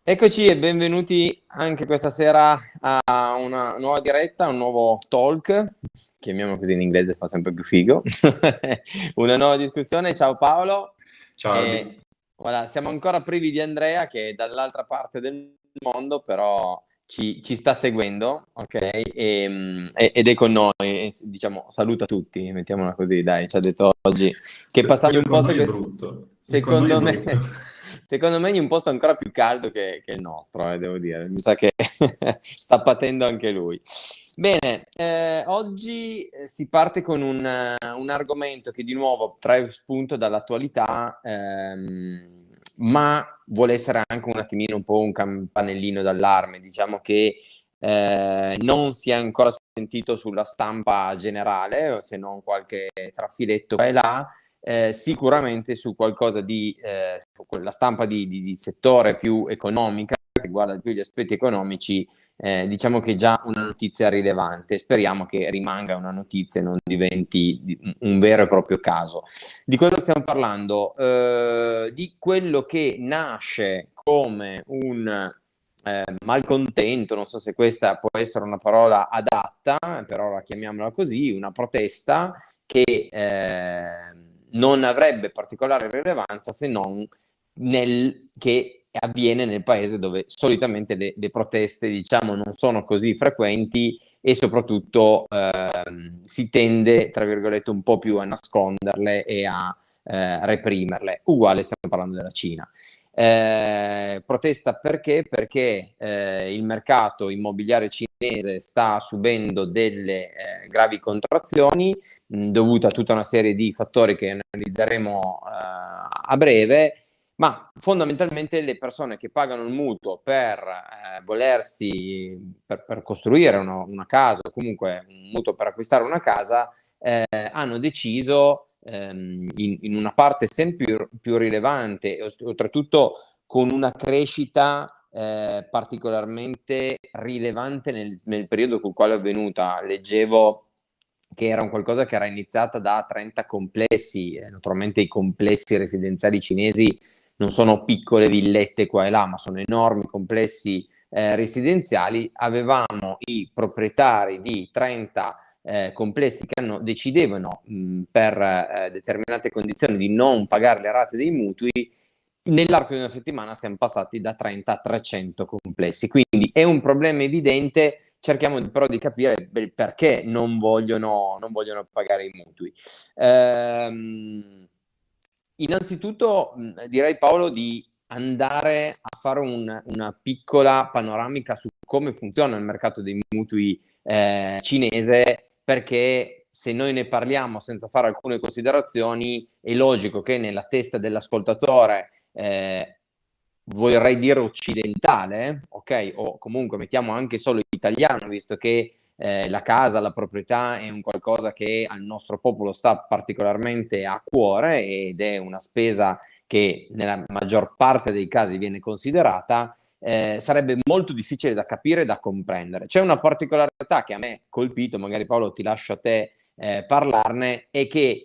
Eccoci e benvenuti anche questa sera a una nuova diretta, un nuovo talk, chiamiamolo così in inglese fa sempre più figo, una nuova discussione. Ciao Paolo, Ciao Albi. voilà, siamo ancora privi di Andrea che è dall'altra parte del mondo, però ci sta seguendo, ok? Ed è con noi, diciamo saluta tutti, mettiamola così, dai, ci ha detto oggi che passaggi Quello un con posto noi è che brutto. Il con noi è secondo brutto. me, secondo me in un posto ancora più caldo che il nostro, devo dire. Mi sa che sta patendo anche lui. Bene, oggi si parte con un argomento che di nuovo trae spunto dall'attualità, ma vuole essere anche un attimino un po' un campanellino d'allarme. Diciamo che non si è ancora sentito sulla stampa generale, se non qualche trafiletto qua e là, sicuramente su qualcosa di quella stampa di settore più economica, che riguarda più gli aspetti economici, diciamo che è già una notizia rilevante. Speriamo che rimanga una notizia e non diventi un vero e proprio caso. Di cosa stiamo parlando? Di quello che nasce come un malcontento, non so se questa può essere una parola adatta, però la chiamiamola così, una protesta che non avrebbe particolare rilevanza se non che avviene nel paese dove solitamente le proteste, diciamo, non sono così frequenti e soprattutto si tende, tra virgolette, un po' più a nasconderle e a reprimerle. Uguale, stiamo parlando della Cina. Protesta perché? Perché il mercato immobiliare cinese sta subendo delle gravi contrazioni dovute a tutta una serie di fattori che analizzeremo a breve, ma fondamentalmente le persone che pagano il mutuo per per costruire una casa o comunque un mutuo per acquistare una casa hanno deciso in una parte sempre più rilevante e oltretutto con una crescita particolarmente rilevante nel periodo col quale è avvenuta. Leggevo che era un qualcosa che era iniziata da 30 complessi, naturalmente i complessi residenziali cinesi non sono piccole villette qua e là, ma sono enormi complessi residenziali. Avevamo i proprietari di 30 complessi che decidevano per determinate condizioni di non pagare le rate dei mutui. Nell'arco di una settimana siamo passati da 30 a 300 complessi, quindi è un problema evidente. Cerchiamo però di capire perché non vogliono pagare i mutui. Innanzitutto direi, Paolo, di andare a fare una piccola panoramica su come funziona il mercato dei mutui cinese, perché se noi ne parliamo senza fare alcune considerazioni è logico che nella testa dell'ascoltatore, vorrei dire occidentale, ok, o comunque mettiamo anche solo italiano, visto che la casa, la proprietà è un qualcosa che al nostro popolo sta particolarmente a cuore ed è una spesa che nella maggior parte dei casi viene considerata, sarebbe molto difficile da capire e da comprendere. C'è una particolarità che a me ha colpito, magari Paolo ti lascio a te parlarne, è che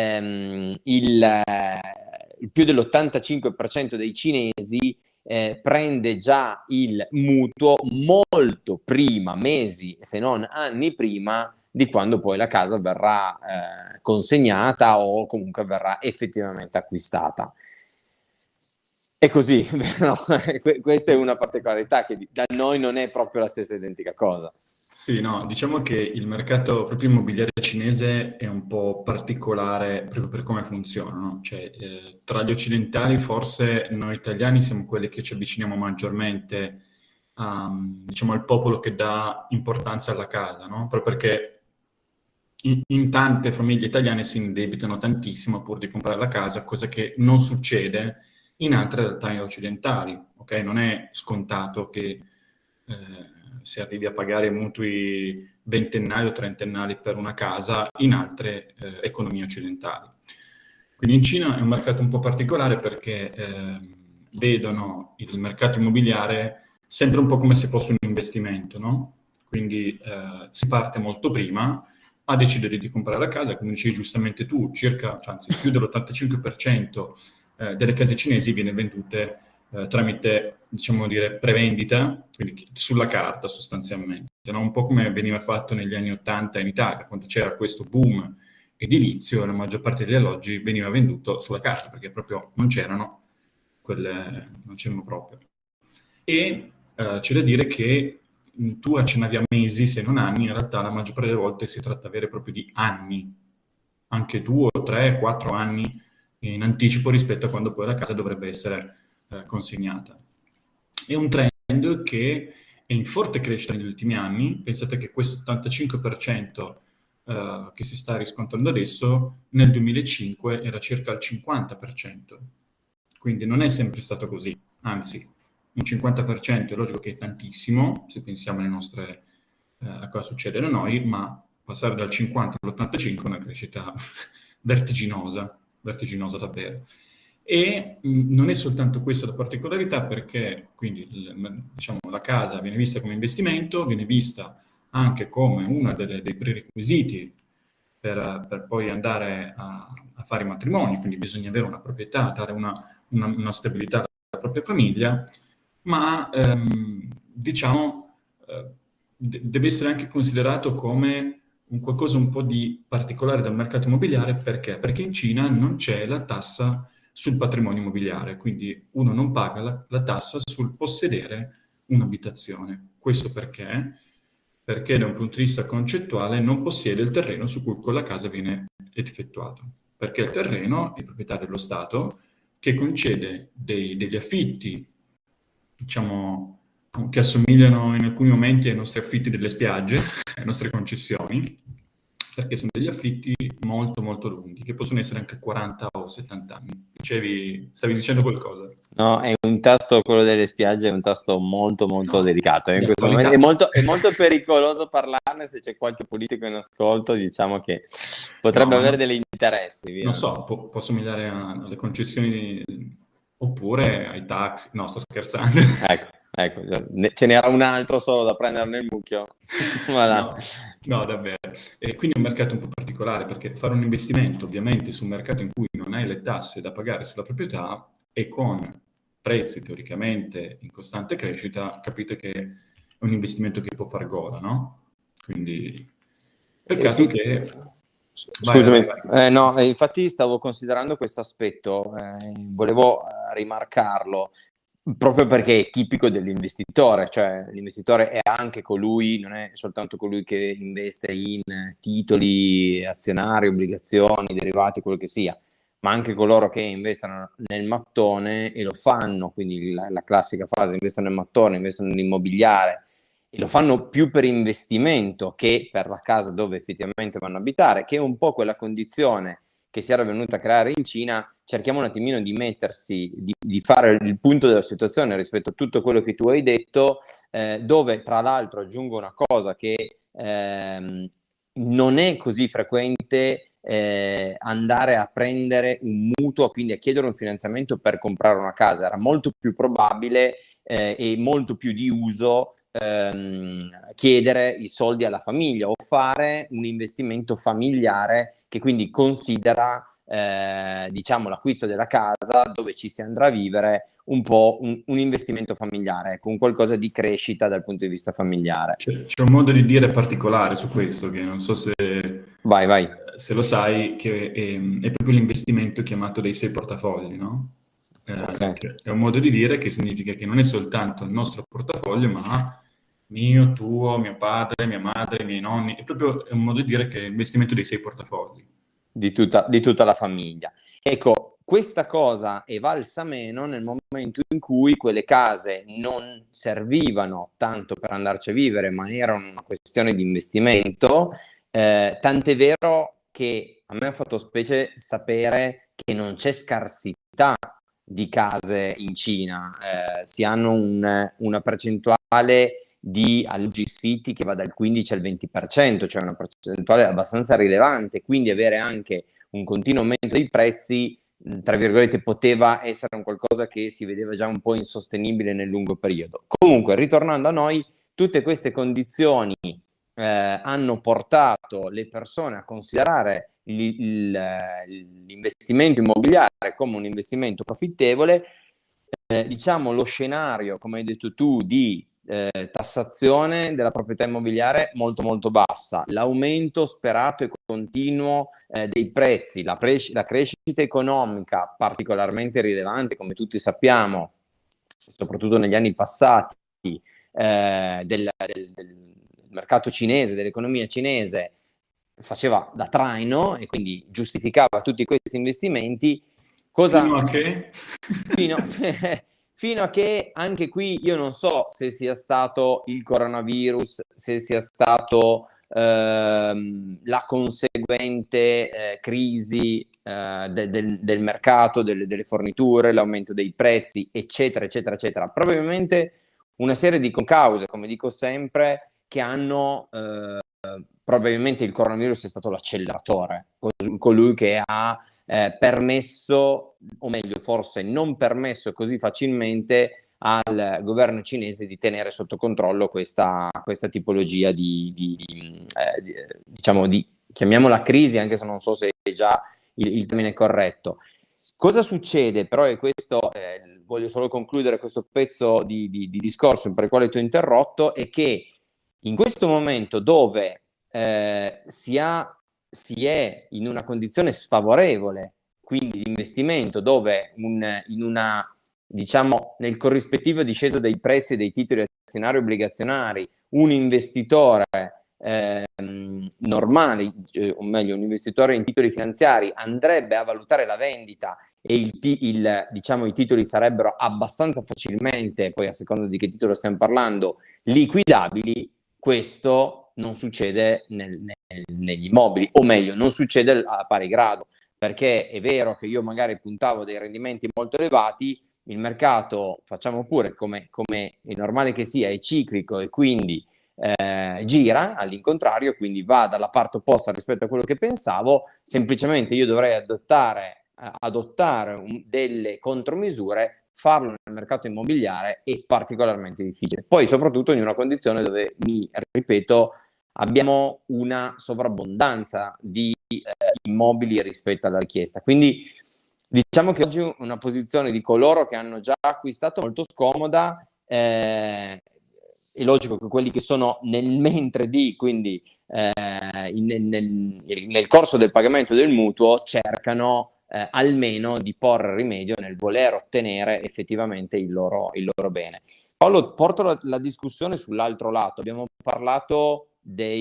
il più dell'85% dei cinesi prende già il mutuo molto prima, mesi se non anni prima di quando poi la casa verrà consegnata o comunque verrà effettivamente acquistata. È così, no? Questa è una particolarità che da noi non è proprio la stessa identica cosa. Sì, no, diciamo che il mercato proprio immobiliare cinese è un po' particolare proprio per come funziona, no? Cioè, tra gli occidentali forse noi italiani siamo quelli che ci avviciniamo maggiormente diciamo, al popolo che dà importanza alla casa, no? Proprio perché in tante famiglie italiane si indebitano tantissimo pur di comprare la casa, cosa che non succede in altre realtà occidentali, ok? Non è scontato che si arrivi a pagare mutui ventennali o trentennali per una casa in altre economie occidentali. Quindi in Cina è un mercato un po' particolare perché vedono il mercato immobiliare sempre un po' come se fosse un investimento, no? Quindi si parte molto prima a decidere di comprare la casa, come dicevi giustamente tu, circa, cioè, anzi più dell'85% delle case cinesi viene vendute tramite, diciamo dire, prevendita, quindi sulla carta sostanzialmente, no? Un po' come veniva fatto negli anni '80 in Italia, quando c'era questo boom edilizio, la maggior parte degli alloggi veniva venduto sulla carta, perché proprio non c'erano proprio. E c'è da dire che tu accennavi a mesi, se non anni, in realtà la maggior parte delle volte si tratta vero e proprio di anni, anche 2 o 3, 4 anni in anticipo rispetto a quando poi la casa dovrebbe essere consegnata. È un trend che è in forte crescita negli ultimi anni. Pensate che questo 85% che si sta riscontrando adesso, nel 2005 era circa il 50%. Quindi non è sempre stato così, anzi, un 50% è logico che è tantissimo, se pensiamo alle nostre, a cosa succede da noi, ma passare dal 50 all'85 è una crescita vertiginosa davvero. E non è soltanto questa la particolarità, perché quindi diciamo, la casa viene vista come investimento, viene vista anche come uno dei prerequisiti per poi andare a fare i matrimoni, quindi bisogna avere una proprietà, dare una stabilità alla propria famiglia, ma diciamo deve essere anche considerato come un qualcosa un po' di particolare dal mercato immobiliare. Perché? Perché in Cina non c'è la tassa sul patrimonio immobiliare, quindi uno non paga la tassa sul possedere un'abitazione. Questo perché? Perché da un punto di vista concettuale non possiede il terreno su cui quella casa viene effettuata, perché il terreno è proprietà dello Stato, che concede degli affitti, diciamo, che assomigliano in alcuni momenti ai nostri affitti delle spiagge, alle nostre concessioni, perché sono degli affitti molto molto lunghi, che possono essere anche 40 o 70 anni. Stavi dicendo qualcosa? No, è un tasto, quello delle spiagge, è un tasto molto molto No, delicato. In di questo attualità. momento è molto pericoloso parlarne, se c'è qualche politico in ascolto, diciamo che potrebbe No, avere degli interessi, via. non so, può somigliare alle concessioni oppure ai taxi. No, sto scherzando. Ecco, ce n'era un altro solo da prendere nel mucchio. Voilà. No, davvero. E quindi è un mercato un po' particolare, perché fare un investimento ovviamente su un mercato in cui non hai le tasse da pagare sulla proprietà e con prezzi teoricamente in costante crescita, capite che è un investimento che può fare gola, no? Quindi peccato Sì. che... Scusami, Vai. no, infatti stavo considerando questo aspetto, volevo rimarcarlo, proprio perché è tipico dell'investitore, cioè l'investitore è anche colui, non è soltanto colui che investe in titoli, azionari, obbligazioni, derivati, quello che sia, ma anche coloro che investono nel mattone e lo fanno, quindi la classica frase, investono nel mattone, investono nell'immobiliare, e lo fanno più per investimento che per la casa dove effettivamente vanno a abitare, che è un po' quella condizione che si era venuta a creare in Cina. Cerchiamo un attimino di mettersi, di fare il punto della situazione rispetto a tutto quello che tu hai detto, dove tra l'altro aggiungo una cosa che non è così frequente andare a prendere un mutuo, quindi a chiedere un finanziamento per comprare una casa. Era molto più probabile e molto più di uso chiedere i soldi alla famiglia o fare un investimento familiare che quindi considera diciamo l'acquisto della casa dove ci si andrà a vivere un po' un investimento familiare, con qualcosa di crescita dal punto di vista familiare. C'è un modo di dire particolare su questo, che non so se Vai. lo sai, che è proprio l'investimento chiamato dei 6 portafogli, no? Okay. È un modo di dire che significa che non è soltanto il nostro portafoglio, ma mio, tuo, mio padre, mia madre, i miei nonni. È un modo di dire che è l'investimento dei 6 portafogli. Di tutta la famiglia. Ecco, questa cosa è valsa meno nel momento in cui quelle case non servivano tanto per andarci a vivere, ma erano una questione di investimento, tant'è vero che a me ha fatto specie sapere che non c'è scarsità di case in Cina, si hanno una percentuale di alloggi sfitti che va dal 15 al 20%, cioè una percentuale abbastanza rilevante, quindi avere anche un continuo aumento dei prezzi, tra virgolette, poteva essere un qualcosa che si vedeva già un po' insostenibile nel lungo periodo. Comunque, ritornando a noi, tutte queste condizioni hanno portato le persone a considerare l'investimento immobiliare come un investimento profittevole, diciamo, lo scenario, come hai detto tu, di tassazione della proprietà immobiliare molto molto bassa, l'aumento sperato e continuo dei prezzi, la crescita economica particolarmente rilevante, come tutti sappiamo, soprattutto negli anni passati, del mercato cinese, dell'economia cinese, faceva da traino e quindi giustificava tutti questi investimenti. Fino a che? Fino, fino a che anche qui io non so se sia stato il coronavirus, se sia stato la conseguente crisi del mercato, delle forniture, l'aumento dei prezzi, eccetera, eccetera, eccetera. Probabilmente una serie di concause, come dico sempre, che hanno probabilmente il coronavirus è stato l'acceleratore, colui che ha permesso, o meglio forse non permesso così facilmente al governo cinese di tenere sotto controllo questa tipologia diciamo chiamiamola crisi, anche se non so se è già il termine corretto. Cosa succede però, e questo voglio solo concludere questo pezzo di discorso per il quale ti ho interrotto, è che in questo momento dove si è in una condizione sfavorevole, quindi di investimento, dove diciamo, nel corrispettivo disceso dei prezzi dei titoli azionari e obbligazionari, un investitore normale, o meglio, un investitore in titoli finanziari andrebbe a valutare la vendita e diciamo, i titoli sarebbero abbastanza facilmente, poi a seconda di che titolo stiamo parlando, liquidabili. Questo non succede negli immobili, o meglio, non succede a pari grado, perché è vero che io magari puntavo dei rendimenti molto elevati, il mercato, facciamo pure come è normale che sia, è ciclico e quindi gira all'incontrario, quindi va dalla parte opposta rispetto a quello che pensavo. Semplicemente io dovrei adottare delle contromisure. Farlo nel mercato immobiliare è particolarmente difficile, poi soprattutto in una condizione dove, mi ripeto, abbiamo una sovrabbondanza di immobili rispetto alla richiesta, quindi diciamo che oggi una posizione di coloro che hanno già acquistato molto scomoda. È logico che quelli che sono nel mentre quindi nel corso del pagamento del mutuo cercano almeno di porre rimedio nel voler ottenere effettivamente il loro bene. Paolo, porto la discussione sull'altro lato. Abbiamo parlato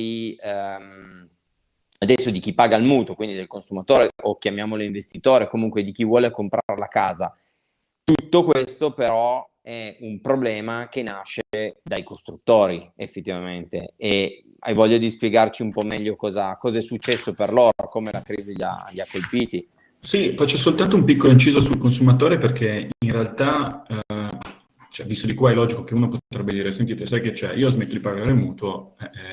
adesso di chi paga il mutuo, quindi del consumatore, o chiamiamolo investitore, comunque di chi vuole comprare la casa. Tutto questo però è un problema che nasce dai costruttori, effettivamente, e hai voglia di spiegarci un po' meglio cosa è successo per loro, come la crisi li ha colpiti? Sì, faccio soltanto un piccolo inciso sul consumatore perché in realtà, cioè, visto di qua è logico che uno potrebbe dire, sentite, sai che c'è, io smetto di pagare il mutuo,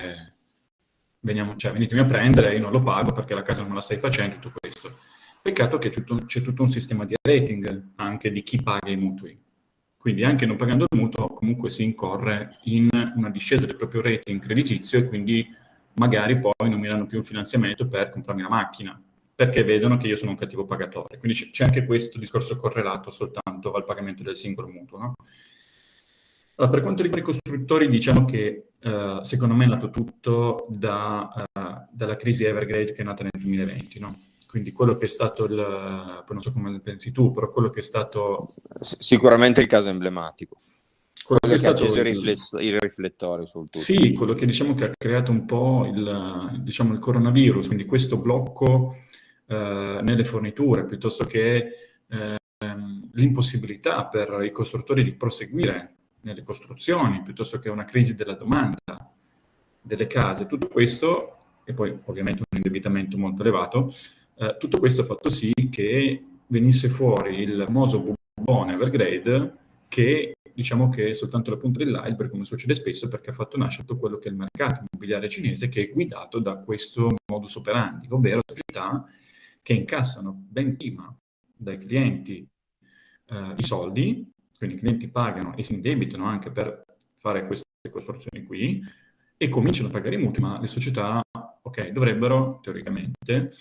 venitemi a prendere, io non lo pago perché la casa non me la stai facendo, tutto questo. Peccato che c'è tutto un sistema di rating anche di chi paga i mutui. Quindi anche non pagando il mutuo comunque si incorre in una discesa del proprio rating creditizio e quindi magari poi non mi danno più un finanziamento per comprarmi la macchina, perché vedono che io sono un cattivo pagatore. Quindi c'è anche questo discorso correlato soltanto al pagamento del singolo mutuo, no? Allora, per quanto riguarda i costruttori, diciamo che secondo me è nato tutto dalla crisi Evergrande che è nata nel 2020, no? Quindi quello che è stato poi non so come pensi tu, però quello che è stato... Sicuramente il caso emblematico. Quello che è Che ha stato acceso i riflettori sul tutto. Sì, quello che diciamo che ha creato un po' il coronavirus, quindi questo blocco nelle forniture, piuttosto che l'impossibilità per i costruttori di proseguire nelle costruzioni, piuttosto che una crisi della domanda delle case. Tutto questo, e poi ovviamente un indebitamento molto elevato, tutto questo ha fatto sì che venisse fuori il famoso bubbone Evergrande, che diciamo che è soltanto la punta dell'iceberg, come succede spesso, perché ha fatto nascere tutto quello che è il mercato immobiliare cinese, che è guidato da questo modus operandi, ovvero società che incassano ben prima dai clienti i soldi, quindi i clienti pagano e si indebitano anche per fare queste costruzioni qui, e cominciano a pagare i mutui, ma le società, ok, dovrebbero teoricamente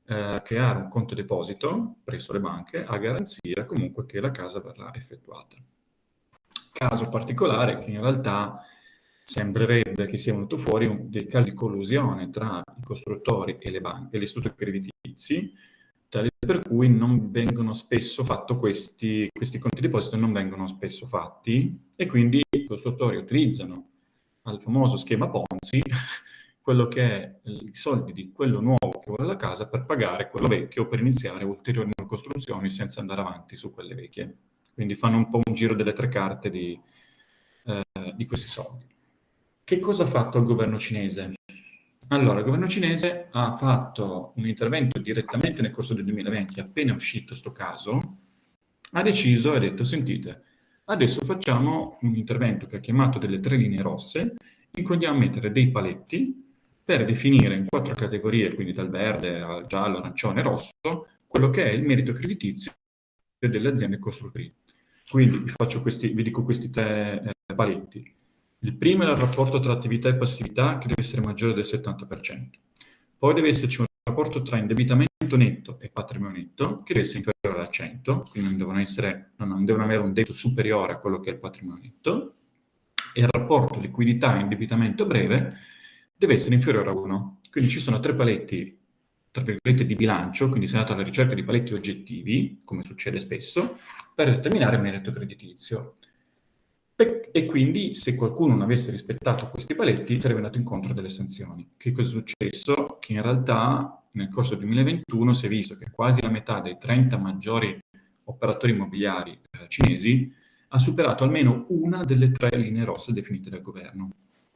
creare un conto deposito presso le banche a garanzia comunque che la casa verrà effettuata. Caso particolare che in realtà sembrerebbe che sia venuto fuori dei casi di collusione tra i costruttori e le banche, gli istituti creditizi, tali per cui non vengono spesso fatti questi conti deposito non vengono spesso fatti, e quindi i costruttori utilizzano al famoso schema Ponzi quello che è i soldi di quello nuovo che vuole la casa per pagare quello vecchio, per iniziare ulteriori nuove costruzioni senza andare avanti su quelle vecchie. Quindi fanno un po' un giro delle tre carte di questi soldi. Che cosa ha fatto il governo cinese? Allora, il governo cinese ha fatto un intervento direttamente nel corso del 2020, appena uscito sto caso, ha deciso e ha detto: sentite, adesso facciamo un intervento che ha chiamato delle 3 linee rosse, in cui andiamo a mettere dei paletti per definire in 4 categorie, quindi dal verde al giallo, arancione e rosso, quello che è il merito creditizio delle aziende costruttrici. Quindi vi dico questi 3 paletti. Il primo è il rapporto tra attività e passività, che deve essere maggiore del 70%. Poi deve esserci un rapporto tra indebitamento netto e patrimonio netto, che deve essere inferiore al 100, quindi non devono avere un debito superiore a quello che è il patrimonio netto. E il rapporto liquidità e indebitamento breve deve essere inferiore a 1. Quindi ci sono 3 paletti, tra virgolette, di bilancio, quindi si è andato alla ricerca di paletti oggettivi, come succede spesso, per determinare il merito creditizio. E quindi, se qualcuno non avesse rispettato questi paletti, sarebbe andato incontro delle sanzioni. Che cosa è successo? Che in realtà nel corso del 2021 si è visto che quasi la metà dei 30 maggiori operatori immobiliari cinesi ha superato almeno una delle 3 linee rosse definite dal governo.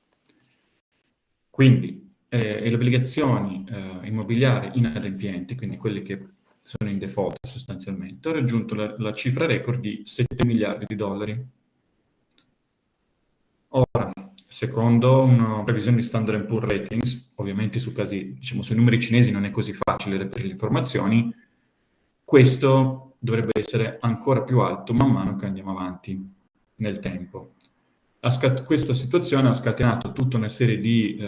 Quindi le obbligazioni immobiliari inadempienti, quindi quelle che sono in default sostanzialmente, hanno raggiunto la cifra record di 7 miliardi di dollari. Ora, secondo una previsione di Standard & Poor's Ratings, ovviamente sui numeri cinesi non è così facile reperire le informazioni, questo dovrebbe essere ancora più alto man mano che andiamo avanti nel tempo. Questa situazione ha scatenato tutta una serie di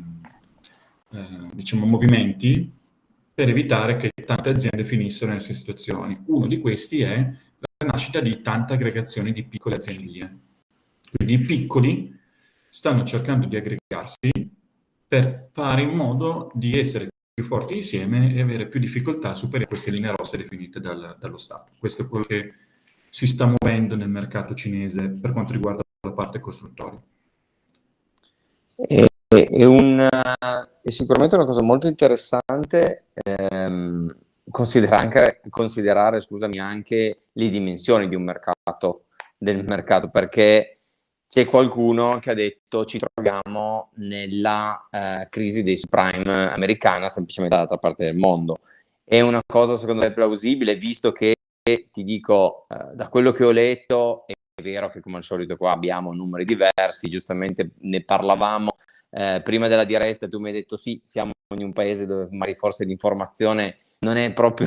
movimenti per evitare che tante aziende finissero nelle stesse situazioni. Uno di questi è la nascita di tante aggregazioni di piccole aziendine. Quindi i piccoli stanno cercando di aggregarsi per fare in modo di essere più forti insieme e avere più difficoltà a superare queste linee rosse definite dallo Stato. Questo è quello che si sta muovendo nel mercato cinese per quanto riguarda la parte costruttoria. È sicuramente una cosa molto interessante considerare, scusami, anche le dimensioni di un mercato, del mercato, perché c'è qualcuno che ha detto ci troviamo nella crisi dei subprime americana, semplicemente dall'altra parte del mondo. È una cosa secondo me plausibile, visto che ti dico, da quello che ho letto, è vero che come al solito qua abbiamo numeri diversi, giustamente ne parlavamo prima della diretta, tu mi hai detto sì, siamo in un paese dove magari forse l'informazione non è proprio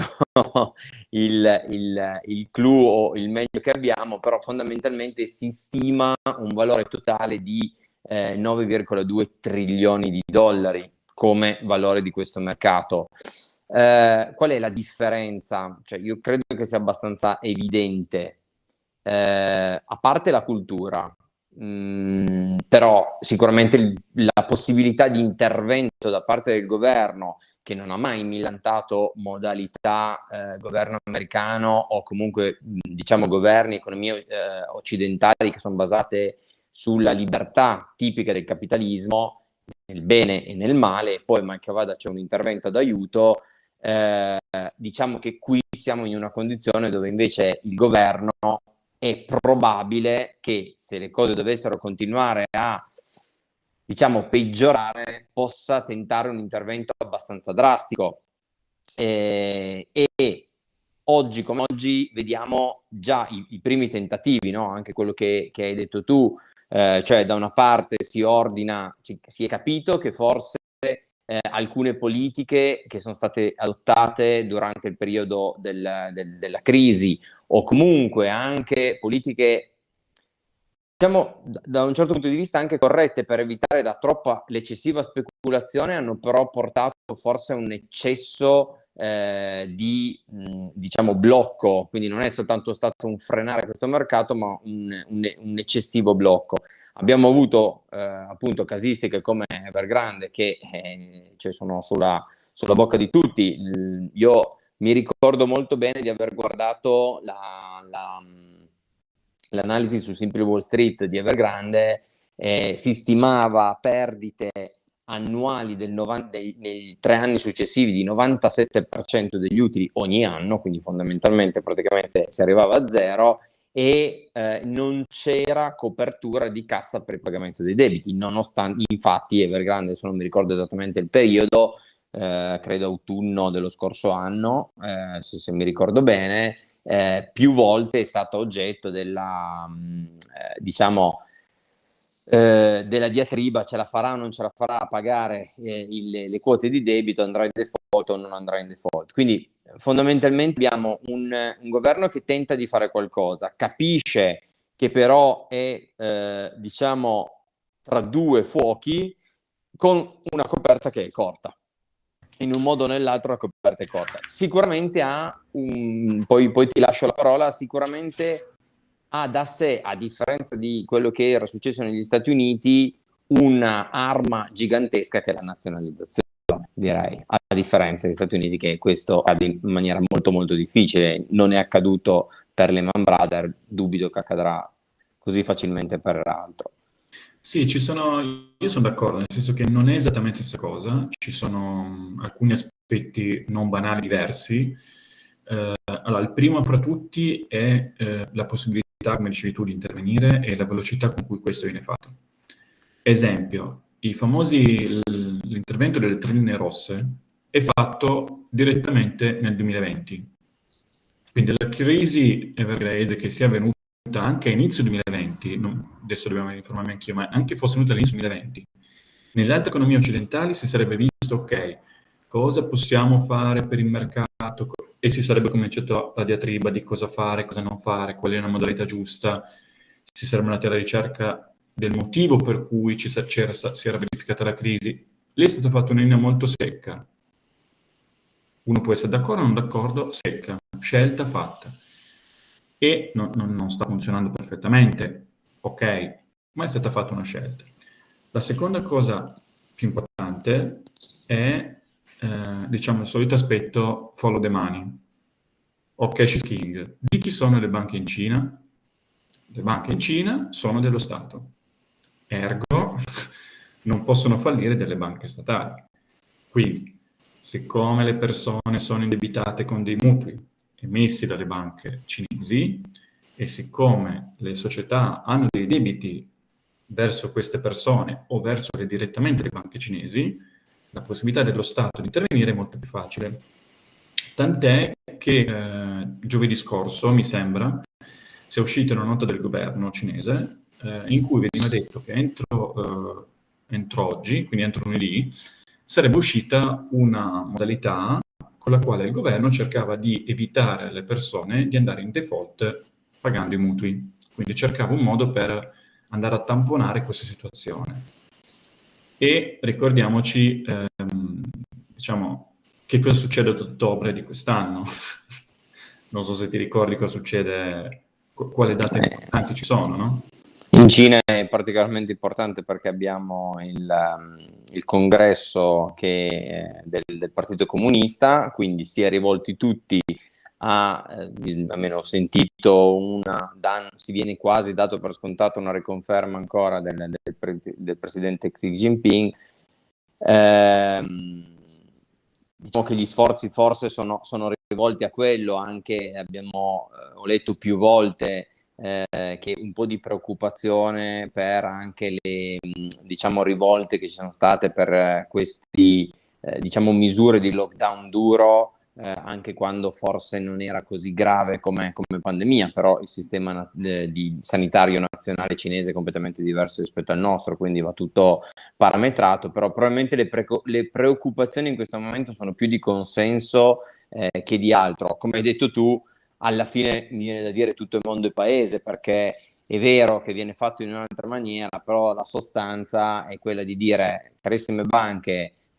il clou o il meglio che abbiamo, però fondamentalmente si stima un valore totale di 9,2 trilioni di dollari come valore di questo mercato. Qual è la differenza? Cioè, io credo che sia abbastanza evidente, a parte la cultura, però sicuramente la possibilità di intervento da parte del governo, che non ha mai millantato modalità governo americano o comunque diciamo governi, economie occidentali che sono basate sulla libertà tipica del capitalismo, nel bene e nel male, e poi mal che vada c'è un intervento d'aiuto. Diciamo che qui siamo in una condizione dove invece il governo è probabile che, se le cose dovessero continuare a, diciamo, peggiorare, possa tentare un intervento abbastanza drastico. E oggi come oggi vediamo già i primi tentativi, no? Anche quello che hai detto tu, cioè da una parte si è capito che forse alcune politiche che sono state adottate durante il periodo della crisi, o comunque anche politiche, diciamo, da un certo punto di vista anche corrette per evitare l'eccessiva speculazione, hanno però portato forse a un eccesso diciamo blocco, quindi non è soltanto stato un frenare questo mercato, ma un eccessivo blocco. Abbiamo avuto appunto casistiche come Evergrande che cioè sono sulla bocca di tutti. Io mi ricordo molto bene di aver guardato l'analisi su Simple Wall Street di Evergrande. Si stimava perdite annuali nei 3 anni successivi di 97% degli utili ogni anno, quindi fondamentalmente praticamente si arrivava a zero, e non c'era copertura di cassa per il pagamento dei debiti, nonostante, infatti, Evergrande, se non mi ricordo esattamente il periodo, credo autunno dello scorso anno, se mi ricordo bene, più volte è stato oggetto della diciamo della diatriba: ce la farà o non ce la farà a pagare le quote di debito, andrà in default o non andrà in default. Quindi fondamentalmente abbiamo un governo che tenta di fare qualcosa, capisce che però è diciamo tra due fuochi, con una coperta che è corta. In un modo o nell'altro la coperta è corta. Sicuramente poi ti lascio la parola, sicuramente ha da sé, a differenza di quello che era successo negli Stati Uniti, una arma gigantesca che è la nazionalizzazione, direi, a differenza degli Stati Uniti, che questo in maniera molto molto difficile. Non è accaduto per Lehman Brothers, dubito che accadrà così facilmente per l'altro. Sì, io sono d'accordo, nel senso che non è esattamente la stessa cosa, ci sono alcuni aspetti non banali diversi. Allora, il primo fra tutti è la possibilità, come dicevi tu, di intervenire e la velocità con cui questo viene fatto. Esempio, l'intervento delle 3 linee rosse è fatto direttamente nel 2020. Quindi la crisi Evergrande che sia avvenuta anche a inizio 2020, adesso dobbiamo informarmi anch'io, ma anche fosse venuta all'inizio 2020, nelle altre economie occidentali si sarebbe visto, ok, cosa possiamo fare per il mercato, e si sarebbe cominciato la diatriba di cosa fare, cosa non fare, qual è una modalità giusta, si sarebbe andati alla ricerca del motivo per cui si era verificata la crisi. Lì è stata fatta una linea molto secca. Uno può essere d'accordo o non d'accordo, secca, scelta fatta. E non sta funzionando perfettamente, ok, ma è stata fatta una scelta. La seconda cosa più importante è, diciamo, il solito aspetto follow the money, o cash is king. Di chi sono le banche in Cina? Le banche in Cina sono dello Stato, ergo non possono fallire delle banche statali. Quindi, siccome le persone sono indebitate con dei mutui emessi dalle banche cinesi, e siccome le società hanno dei debiti verso queste persone o verso direttamente le banche cinesi, la possibilità dello Stato di intervenire è molto più facile. Tant'è che giovedì scorso, mi sembra, sia uscita una nota del governo cinese in cui veniva detto che entro oggi, quindi entro lunedì, sarebbe uscita una modalità con la quale il governo cercava di evitare alle persone di andare in default pagando i mutui. Quindi cercava un modo per andare a tamponare questa situazione. E ricordiamoci, diciamo, che cosa succede ad ottobre di quest'anno. Non so se ti ricordi cosa succede, quali date importanti ci sono, no? In Cina è particolarmente importante perché abbiamo il congresso del Partito Comunista, quindi si è rivolti tutti almeno ho sentito si viene quasi dato per scontato una riconferma ancora del presidente Xi Jinping. Diciamo che gli sforzi forse sono rivolti a quello. Anche ho letto più volte che un po' di preoccupazione per anche le diciamo rivolte che ci sono state per questi diciamo misure di lockdown duro, anche quando forse non era così grave come pandemia, però il sistema sanitario nazionale cinese è completamente diverso rispetto al nostro, quindi va tutto parametrato. Però probabilmente le preoccupazioni in questo momento sono più di consenso che di altro. Come hai detto tu, alla fine mi viene da dire tutto il mondo è paese, perché è vero che viene fatto in un'altra maniera, però la sostanza è quella di dire: carissime banche,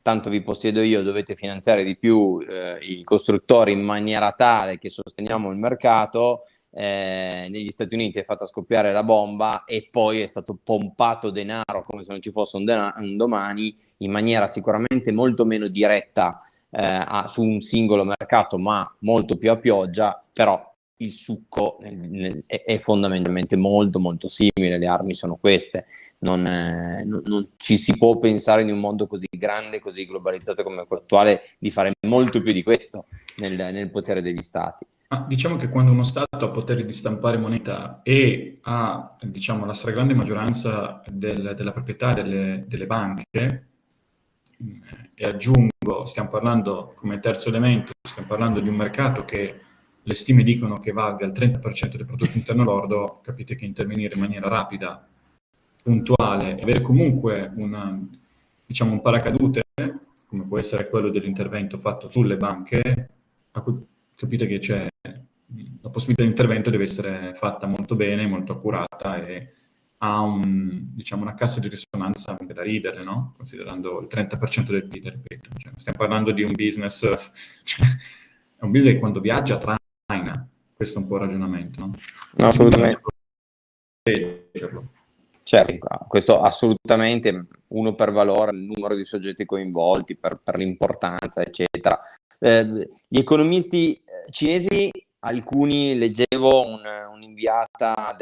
tanto vi possiedo io, dovete finanziare di più i costruttori in maniera tale che sosteniamo il mercato. Negli Stati Uniti è fatta scoppiare la bomba e poi è stato pompato denaro come se non ci fosse un domani, in maniera sicuramente molto meno diretta su un singolo mercato, ma molto più a pioggia, però il succo è fondamentalmente molto molto simile, le armi sono queste. Non ci si può pensare in un mondo così grande, così globalizzato come quello attuale, di fare molto più di questo nel potere degli stati. Diciamo che quando uno Stato ha potere di stampare moneta e ha, diciamo, la stragrande maggioranza della proprietà delle banche, e aggiungo, stiamo parlando come terzo elemento, stiamo parlando di un mercato che le stime dicono che valga il 30% del prodotto interno lordo, capite che intervenire in maniera rapida, puntuale, e avere comunque diciamo, un paracadute, come può essere quello dell'intervento fatto sulle banche, capite che c'è la possibilità di intervento deve essere fatta molto bene, molto accurata e ha diciamo, una cassa di risonanza anche da ridere, no? Considerando il 30% del PIL, ripeto. Cioè, stiamo parlando di un business, cioè, è un business che quando viaggia traina, questo è un po' il ragionamento, no? No, assolutamente. Leggerlo. Certo, questo assolutamente, uno per valore, il numero di soggetti coinvolti, per l'importanza, eccetera. Gli economisti cinesi, alcuni leggevo un'inviata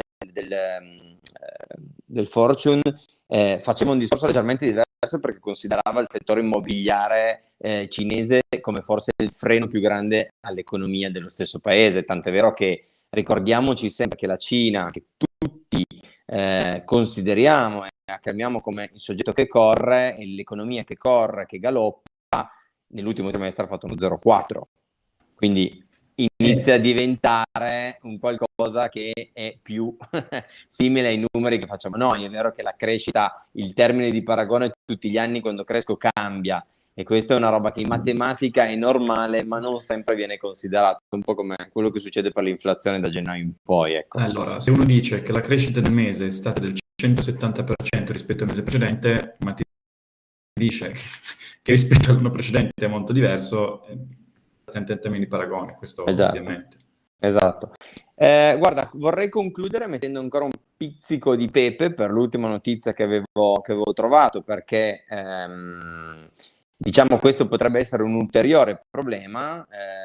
del Fortune, faceva un discorso leggermente diverso perché considerava il settore immobiliare cinese come forse il freno più grande all'economia dello stesso paese, tant'è vero che ricordiamoci sempre che la Cina, che tutti consideriamo e acclamiamo come il soggetto che corre, e l'economia che corre, che galoppa, nell'ultimo trimestre ha fatto uno 0,4, quindi inizia a diventare un qualcosa che è più simile ai numeri che facciamo noi. È vero che la crescita, il termine di paragone tutti gli anni quando cresco cambia, e questa è una roba che in matematica è normale, ma non sempre viene considerato, un po' come quello che succede per l'inflazione da gennaio in poi, ecco. Allora, se uno dice che la crescita del mese è stata del 170% rispetto al mese precedente, ma ti dice che rispetto all'anno precedente è molto diverso, in termini di paragone, questo ovviamente. Esatto. Guarda, vorrei concludere mettendo ancora un pizzico di pepe per l'ultima notizia che avevo trovato, perché diciamo questo potrebbe essere un ulteriore problema,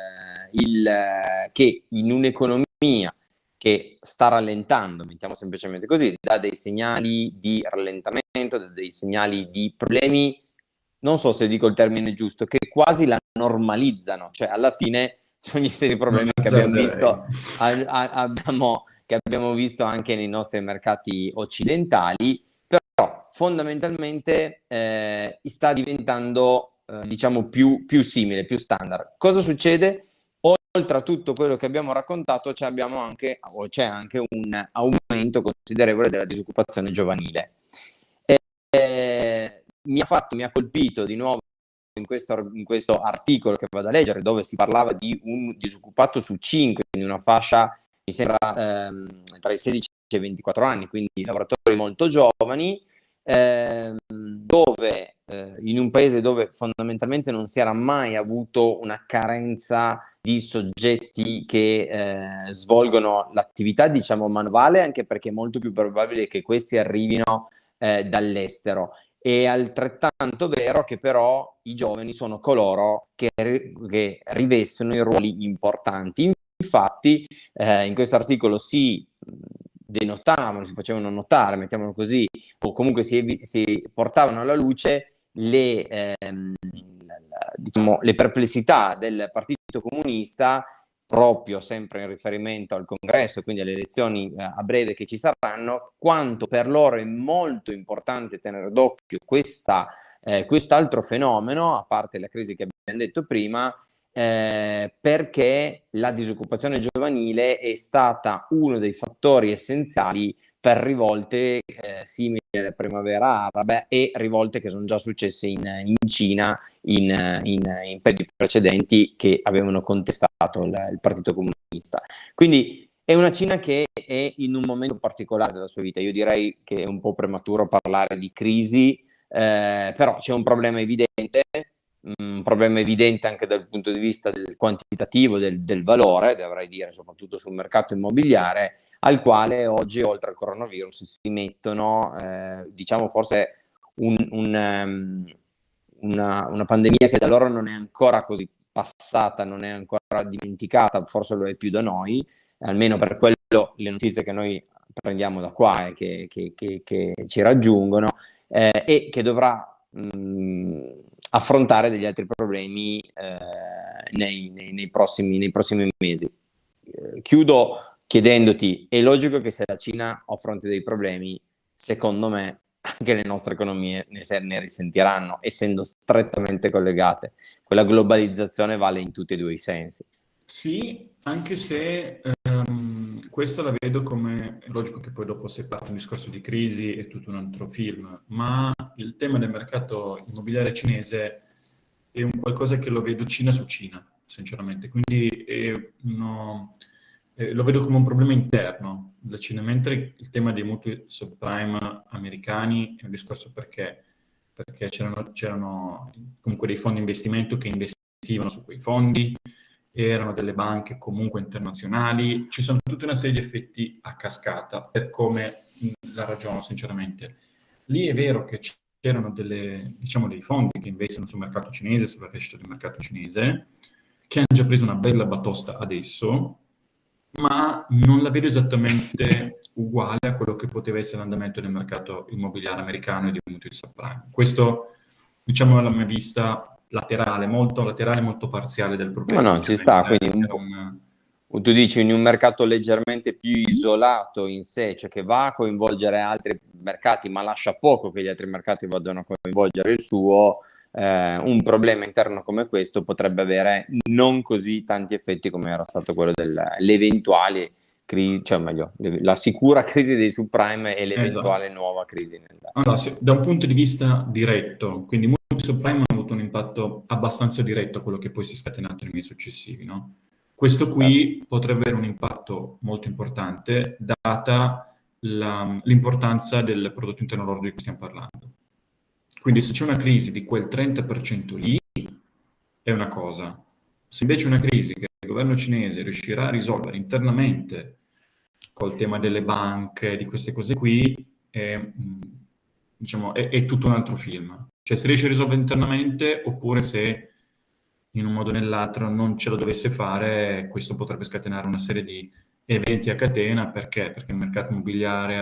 che in un'economia che sta rallentando, mettiamo semplicemente così, dà dei segnali di rallentamento, dà dei segnali di problemi, non so se dico il termine giusto, che quasi la normalizzano, cioè alla fine sono gli stessi problemi che abbiamo visto anche nei nostri mercati occidentali, però fondamentalmente sta diventando diciamo più simile, più standard. Cosa succede? Oltre a tutto quello che abbiamo raccontato c'è anche un aumento considerevole della disoccupazione giovanile. Mi ha colpito di nuovo in questo articolo che vado a leggere, dove si parlava di un disoccupato su 5, quindi una fascia, mi sembra, tra i 16 e i 24 anni, quindi lavoratori molto giovani, dove in un paese dove fondamentalmente non si era mai avuto una carenza di soggetti che svolgono l'attività, diciamo, manuale, anche perché è molto più probabile che questi arrivino dall'estero. È altrettanto vero che però i giovani sono coloro che rivestono i ruoli importanti. Infatti in questo articolo si denotavano, si facevano notare, mettiamolo così, o comunque si portavano alla luce diciamo, le perplessità del Partito Comunista, proprio sempre in riferimento al congresso, quindi alle elezioni a breve che ci saranno, quanto per loro è molto importante tenere d'occhio quest'altro fenomeno, a parte la crisi che abbiamo detto prima, perché la disoccupazione giovanile è stata uno dei fattori essenziali per rivolte simili alle primavera arabe e rivolte che sono già successe in Cina in periodi precedenti che avevano contestato il Partito Comunista. Quindi è una Cina che è in un momento particolare della sua vita. Io direi che è un po' prematuro parlare di crisi, però c'è un problema evidente anche dal punto di vista del quantitativo, del valore, dovrei dire, soprattutto sul mercato immobiliare, al quale oggi, oltre al coronavirus, si mettono, diciamo, forse una pandemia che da loro non è ancora così passata, non è ancora dimenticata, forse lo è più da noi, almeno per quello le notizie che noi prendiamo da qua e che ci raggiungono, e che dovrà affrontare degli altri problemi nei prossimi mesi. Chiudo chiedendoti: è logico che se la Cina affronta dei problemi, secondo me anche le nostre economie ne risentiranno, essendo strettamente collegate. Quella globalizzazione vale in tutti e due i sensi. Sì, anche se questa la vedo come, è logico che poi dopo se parte un discorso di crisi è tutto un altro film, ma il tema del mercato immobiliare cinese è un qualcosa che lo vedo Cina su Cina, sinceramente, quindi lo vedo come un problema interno della Cina, mentre il tema dei mutui subprime americani è un discorso perché c'erano comunque dei fondi investimento che investivano su quei fondi, erano delle banche comunque internazionali, ci sono tutta una serie di effetti a cascata per come la ragiono sinceramente. Lì è vero che c'erano dei fondi che investono sul mercato cinese, sulla crescita del mercato cinese, che hanno già preso una bella batosta adesso, ma non la vedo esattamente uguale a quello che poteva essere l'andamento del mercato immobiliare americano e dei mutui subprime. Questo, diciamo, è la mia vista laterale, molto parziale del problema. No, ci sta, quindi un po'. Tu dici in un mercato leggermente più isolato in sé, cioè che va a coinvolgere altri mercati, ma lascia poco che gli altri mercati vadano a coinvolgere il suo, un problema interno come questo potrebbe avere non così tanti effetti come era stato quello delle eventuali crisi, cioè meglio, la sicura crisi dei subprime e l'eventuale nuova crisi. Allora, da un punto di vista diretto, quindi molti subprime hanno avuto un impatto abbastanza diretto a quello che poi si è scatenato nei mesi successivi, no? Questo qui potrebbe avere un impatto molto importante, data l'importanza del prodotto interno lordo di cui stiamo parlando. Quindi se c'è una crisi di quel 30% lì, è una cosa. Se invece è una crisi che il governo cinese riuscirà a risolvere internamente col tema delle banche, di queste cose qui, diciamo, è tutto un altro film. Cioè se riesce a risolvere internamente, oppure se in un modo o nell'altro non ce lo dovesse fare, questo potrebbe scatenare una serie di eventi a catena. Perché? Perché il mercato immobiliare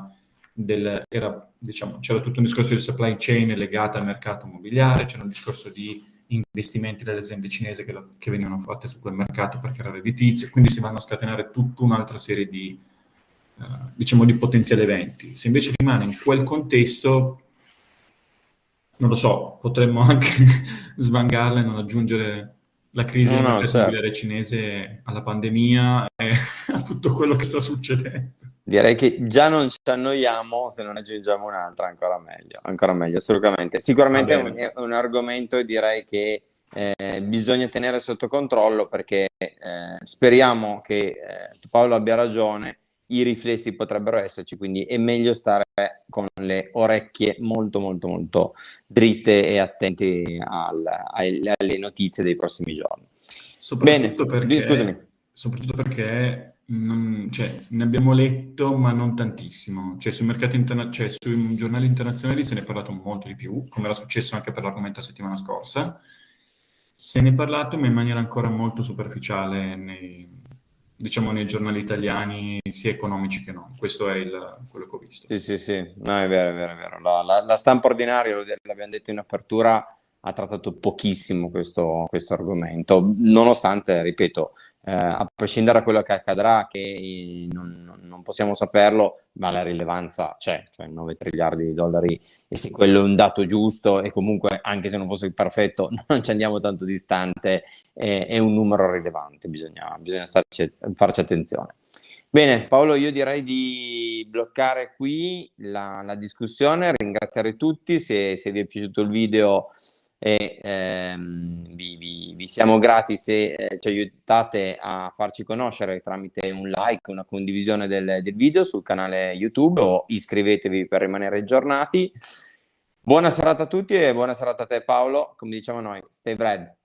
c'era tutto un discorso di supply chain legato al mercato immobiliare, c'era un discorso di investimenti delle aziende cinesi che venivano fatte su quel mercato perché era redditizio, quindi si vanno a scatenare tutta un'altra serie di potenziali eventi. Se invece rimane in quel contesto, non lo so, potremmo anche svangarla e non aggiungere la crisi del mercato immobiliare cinese alla pandemia e a tutto quello che sta succedendo. Direi che già non ci annoiamo se non aggiungiamo un'altra, ancora meglio, assolutamente. Sicuramente è un argomento, e direi che bisogna tenere sotto controllo, perché speriamo che Paolo abbia ragione, i riflessi potrebbero esserci, quindi è meglio stare con le orecchie molto molto molto dritte e attenti alle notizie dei prossimi giorni. Soprattutto perché ne abbiamo letto, ma non tantissimo. Cioè, sui giornali internazionali se ne è parlato molto di più, come era successo anche per l'argomento la settimana scorsa. Se ne è parlato, ma in maniera ancora molto superficiale nei giornali italiani, sia economici che non. Questo è quello che ho visto. Sì, no, è vero. La stampa ordinaria, l'abbiamo detto in apertura, ha trattato pochissimo questo argomento, nonostante, ripeto, a prescindere da quello che accadrà, che non possiamo saperlo, ma la rilevanza c'è, cioè 9 triliardi di dollari, e se quello è un dato giusto, e comunque anche se non fosse il perfetto, non ci andiamo tanto distante, è un numero rilevante, bisogna farci attenzione. Bene, Paolo, io direi di bloccare qui la discussione, ringraziare tutti. Se vi è piaciuto il video, vi siamo grati se ci aiutate a farci conoscere tramite un like, una condivisione del video sul canale YouTube, o iscrivetevi per rimanere aggiornati. Buona serata a tutti e buona serata a te Paolo, come diciamo noi, stay bread.